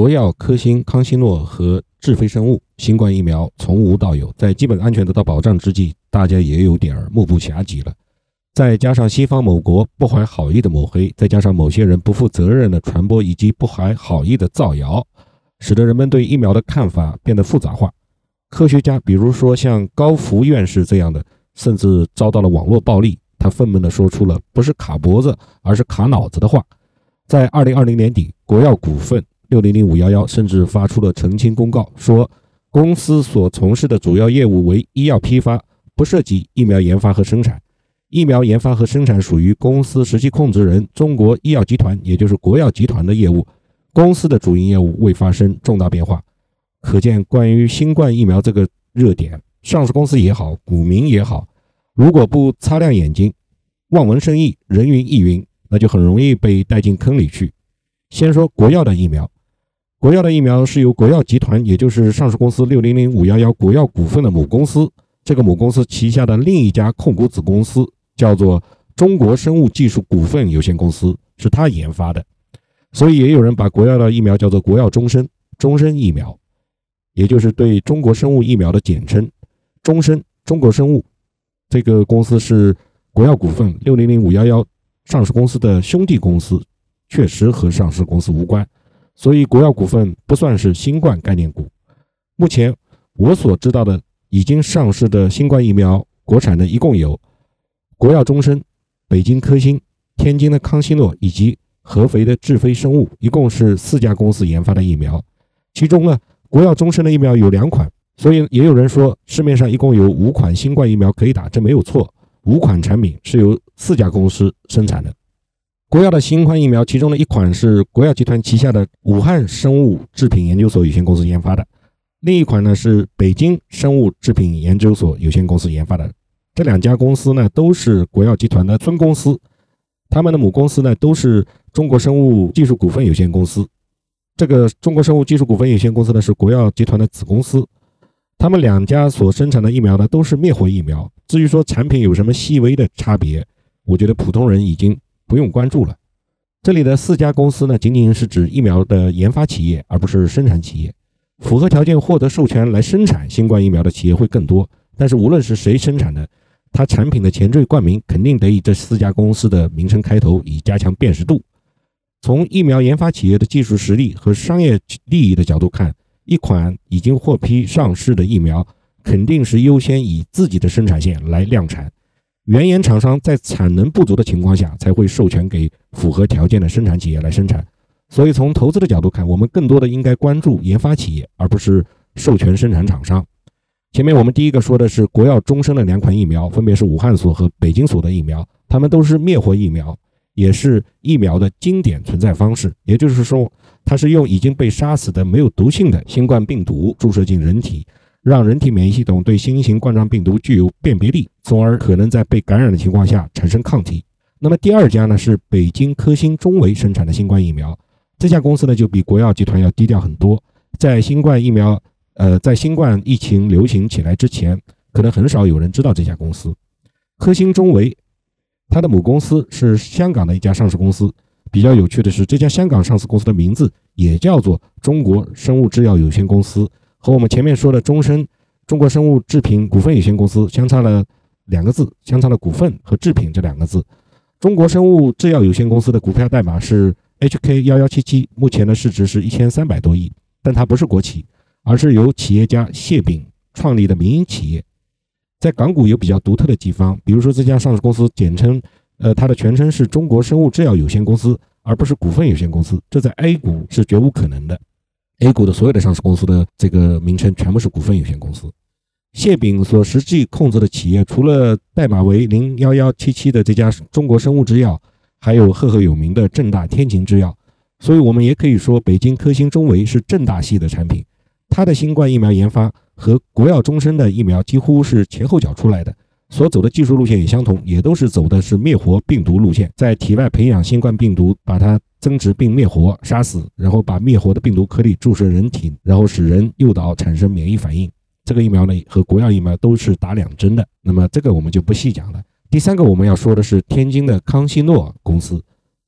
国药、科兴、康希诺和智飞生物新冠疫苗从无到有，在基本安全得到保障之际，大家也有点目不暇接了。再加上西方某国不怀好意的抹黑，再加上某些人不负责任的传播以及不怀好意的造谣，使得人们对疫苗的看法变得复杂化。科学家比如说像高福院士这样的，甚至遭到了网络暴力，他愤懑地说出了不是卡脖子而是卡脑子的话。在2020年底，国药股份600511甚至发出了澄清公告，说公司所从事的主要业务为医药批发，不涉及疫苗研发和生产。疫苗研发和生产属于公司实际控制人中国医药集团，也就是国药集团的业务，公司的主营业务未发生重大变化。可见关于新冠疫苗这个热点，上市公司也好，股民也好，如果不擦亮眼睛，望文生义，人云亦云，那就很容易被带进坑里去。先说国药的疫苗，国药的疫苗是由国药集团，也就是上市公司600511国药股份的母公司，这个母公司旗下的另一家控股子公司叫做中国生物技术股份有限公司，是他研发的。所以也有人把国药的疫苗叫做国药终身疫苗，也就是对中国生物疫苗的简称。中国生物这个公司是国药股份600511上市公司的兄弟公司，确实和上市公司无关，所以国药股份不算是新冠概念股。目前我所知道的已经上市的新冠疫苗，国产的一共有国药终身、北京科兴、天津的康希诺以及合肥的智飞生物，一共是4家公司研发的疫苗。其中呢，国药终身的疫苗有2款，所以也有人说市面上一共有5款新冠疫苗可以打，这没有错。5款产品是由4家公司生产的。国药的新冠疫苗，其中的一款是国药集团旗下的武汉生物制品研究所有限公司研发的，另一款呢是北京生物制品研究所有限公司研发的。这2家公司呢都是国药集团的分公司，他们的母公司呢都是中国生物技术股份有限公司。这个中国生物技术股份有限公司呢是国药集团的子公司。他们2家所生产的疫苗呢都是灭活疫苗，至于说产品有什么细微的差别，我觉得普通人已经不用关注了。这里的4家公司呢仅仅是指疫苗的研发企业，而不是生产企业。符合条件获得授权来生产新冠疫苗的企业会更多，但是无论是谁生产的，它产品的前缀冠名肯定得以这4家公司的名称开头，以加强辨识度。从疫苗研发企业的技术实力和商业利益的角度看，一款已经获批上市的疫苗肯定是优先以自己的生产线来量产，原研厂商在产能不足的情况下才会授权给符合条件的生产企业来生产。所以从投资的角度看，我们更多的应该关注研发企业，而不是授权生产厂商。前面我们第一个说的是国药终身的2款疫苗，分别是武汉所和北京所的疫苗，它们都是灭活疫苗，也是疫苗的经典存在方式，也就是说它是用已经被杀死的没有毒性的新冠病毒注射进人体，让人体免疫系统对新型冠状病毒具有辨别力，从而可能在被感染的情况下产生抗体。那么第2家呢是北京科兴中维生产的新冠疫苗，这家公司呢就比国药集团要低调很多。在新冠疫情流行起来之前，可能很少有人知道这家公司。科兴中维它的母公司是香港的一家上市公司，比较有趣的是，这家香港上市公司的名字也叫做中国生物制药有限公司，和我们前面说的中国生物制品股份有限公司相差了2个字，相差了股份和制品这2个字。中国生物制药有限公司的股票代码是 HK1177， 目前的市值是1300多亿，但它不是国企，而是由企业家谢炳创立的民营企业。在港股有比较独特的地方，比如说这家上市公司简称它的全称是中国生物制药有限公司，而不是股份有限公司，这在 A 股是绝无可能的。A 股的所有的上市公司的这个名称全部是股份有限公司。谢炳所实际控制的企业，除了代码为01177的这家中国生物制药，还有赫赫有名的正大天晴制药。所以我们也可以说北京科兴中维是正大系的产品，它的新冠疫苗研发和国药终身的疫苗几乎是前后脚出来的，所走的技术路线也相同，也都是走的是灭活病毒路线，在体外培养新冠病毒，把它增殖并灭活杀死，然后把灭活的病毒颗粒注射人体，然后使人诱导产生免疫反应。这个疫苗呢和国药疫苗都是打2针的，那么这个我们就不细讲了。第3个我们要说的是天津的康希诺公司。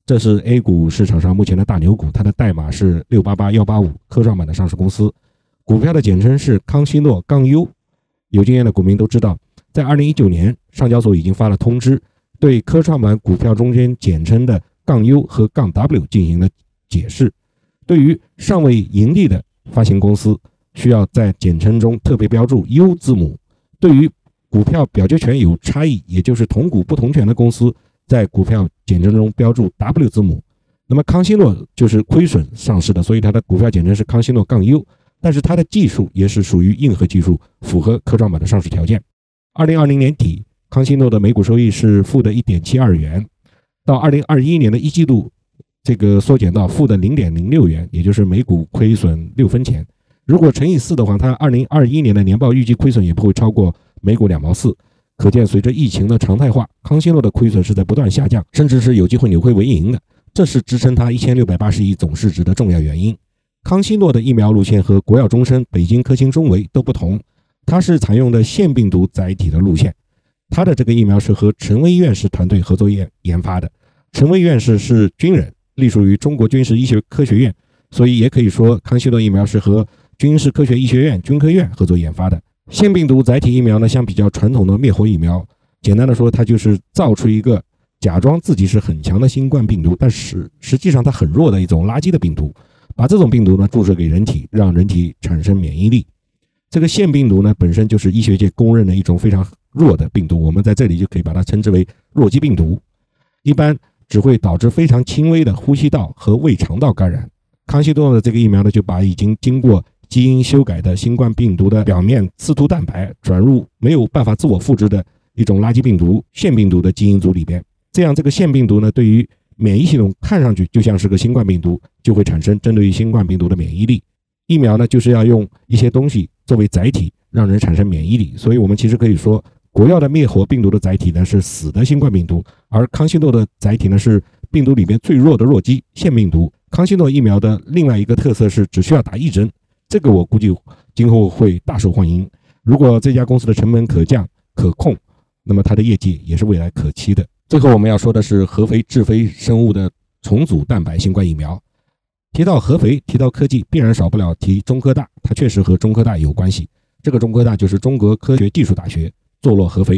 这是 A 股市场上目前的大牛股，它的代码是688185，科创板的上市公司，股票的简称是康希诺杠 U。有经验的股民都知道，在2019年，上交所已经发了通知，对科创板股票中间简称的杠 U 和杠 W 进行了解释。对于尚未盈利的发行公司，需要在简称中特别标注 U 字母。对于股票表决权有差异，也就是同股不同权的公司，在股票简称中标注 W 字母。那么康希诺就是亏损上市的，所以它的股票简称是康希诺杠 U， 但是它的技术也是属于硬核技术，符合科创板的上市条件。2020年底，康希诺的每股收益是负的 1.72 元，到2021年的一季度，这个缩减到负的 0.06 元，也就是每股亏损6分钱。如果乘以4的话，它2021年的年报预计亏损也不会超过每股2毛4。可见随着疫情的常态化，康希诺的亏损是在不断下降，甚至是有机会扭亏为盈的，这是支撑它1680亿总市值的重要原因。康希诺的疫苗路线和国药终身、北京科兴中维都不同，它是采用的腺病毒载体的路线。它的这个疫苗是和陈薇院士团队合作研发的。陈薇院士是军人，隶属于中国军事医学科学院，所以也可以说康希诺疫苗是和军事科学医学院、军科院合作研发的。腺病毒载体疫苗呢，相比较传统的灭活疫苗，简单的说，它就是造出一个假装自己是很强的新冠病毒，但是实际上它很弱的一种垃圾的病毒，把这种病毒呢注射给人体，让人体产生免疫力。这个腺病毒呢本身就是医学界公认的一种非常弱的病毒，我们在这里就可以把它称之为弱鸡病毒，一般只会导致非常轻微的呼吸道和胃肠道感染。康希诺的这个疫苗呢，就把已经经过基因修改的新冠病毒的表面刺突蛋白转入没有办法自我复制的一种垃圾病毒腺病毒的基因组里边，这样这个腺病毒呢，对于免疫系统看上去就像是个新冠病毒，就会产生针对于新冠病毒的免疫力。疫苗呢，就是要用一些东西作为载体，让人产生免疫力。所以我们其实可以说，国药的灭活病毒的载体呢是死的新冠病毒，而康希诺的载体呢是病毒里面最弱的弱鸡腺病毒。康希诺疫苗的另外一个特色是只需要打1针，这个我估计今后会大受欢迎。如果这家公司的成本可降可控，那么它的业绩也是未来可期的。最后我们要说的是合肥智飞生物的重组蛋白新冠疫苗。提到合肥，提到科技，必然少不了提中科大，它确实和中科大有关系。这个中科大就是中国科学技术大学，坐落合肥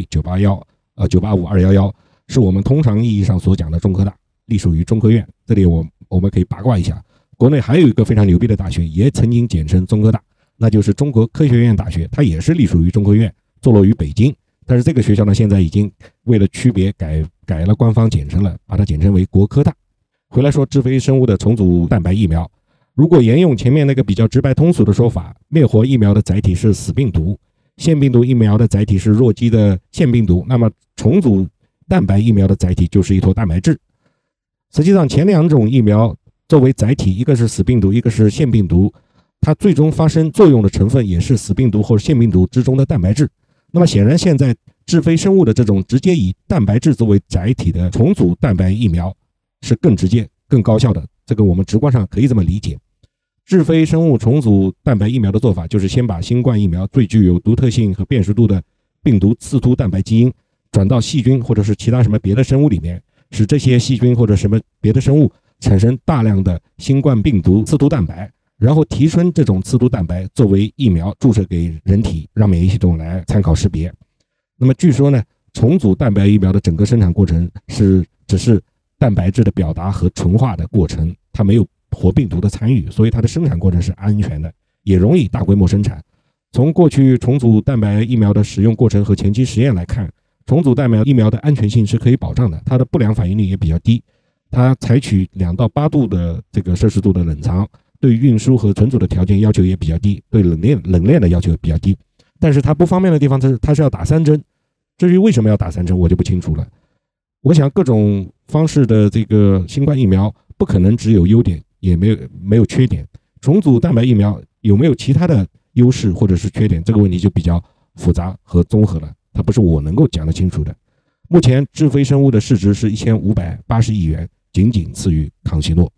985-211，是我们通常意义上所讲的中科大，隶属于中科院。这里我们可以八卦一下，国内还有一个非常牛逼的大学，也曾经简称中科大，那就是中国科学院大学，它也是隶属于中科院，坐落于北京。但是这个学校呢，现在已经为了区别改了官方简称了，把它简称为国科大。回来说智飞生物的重组蛋白疫苗，如果沿用前面那个比较直白通俗的说法，灭活疫苗的载体是死病毒，腺病毒疫苗的载体是弱鸡的腺病毒，那么重组蛋白疫苗的载体就是一坨蛋白质。实际上前两种疫苗作为载体，一个是死病毒，一个是腺病毒，它最终发生作用的成分也是死病毒或者腺病毒之中的蛋白质。那么显然现在智飞生物的这种直接以蛋白质作为载体的重组蛋白疫苗是更直接更高效的，这个我们直观上可以这么理解。智飞生物重组蛋白疫苗的做法就是先把新冠疫苗最具有独特性和辨识度的病毒刺突蛋白基因转到细菌或者是其他什么别的生物里面，使这些细菌或者什么别的生物产生大量的新冠病毒刺突蛋白，然后提纯这种刺突蛋白作为疫苗注射给人体，让免疫系统来参考识别。那么据说呢，重组蛋白疫苗的整个生产过程只是蛋白质的表达和纯化的过程，它没有活病毒的参与，所以它的生产过程是安全的，也容易大规模生产。从过去重组蛋白疫苗的使用过程和前期实验来看，重组蛋白疫苗的安全性是可以保障的，它的不良反应率也比较低。它采取2到8度的这个摄氏度的冷藏，对运输和存储的条件要求也比较低，对冷链的要求比较低。但是它不方便的地方它是要打3针，至于为什么要打3针我就不清楚了。我想各种方式的这个新冠疫苗不可能只有优点也没有缺点，重组蛋白疫苗有没有其他的优势或者是缺点，这个问题就比较复杂和综合了，它不是我能够讲得清楚的。目前智飞生物的市值是1580亿元，仅次于康希诺。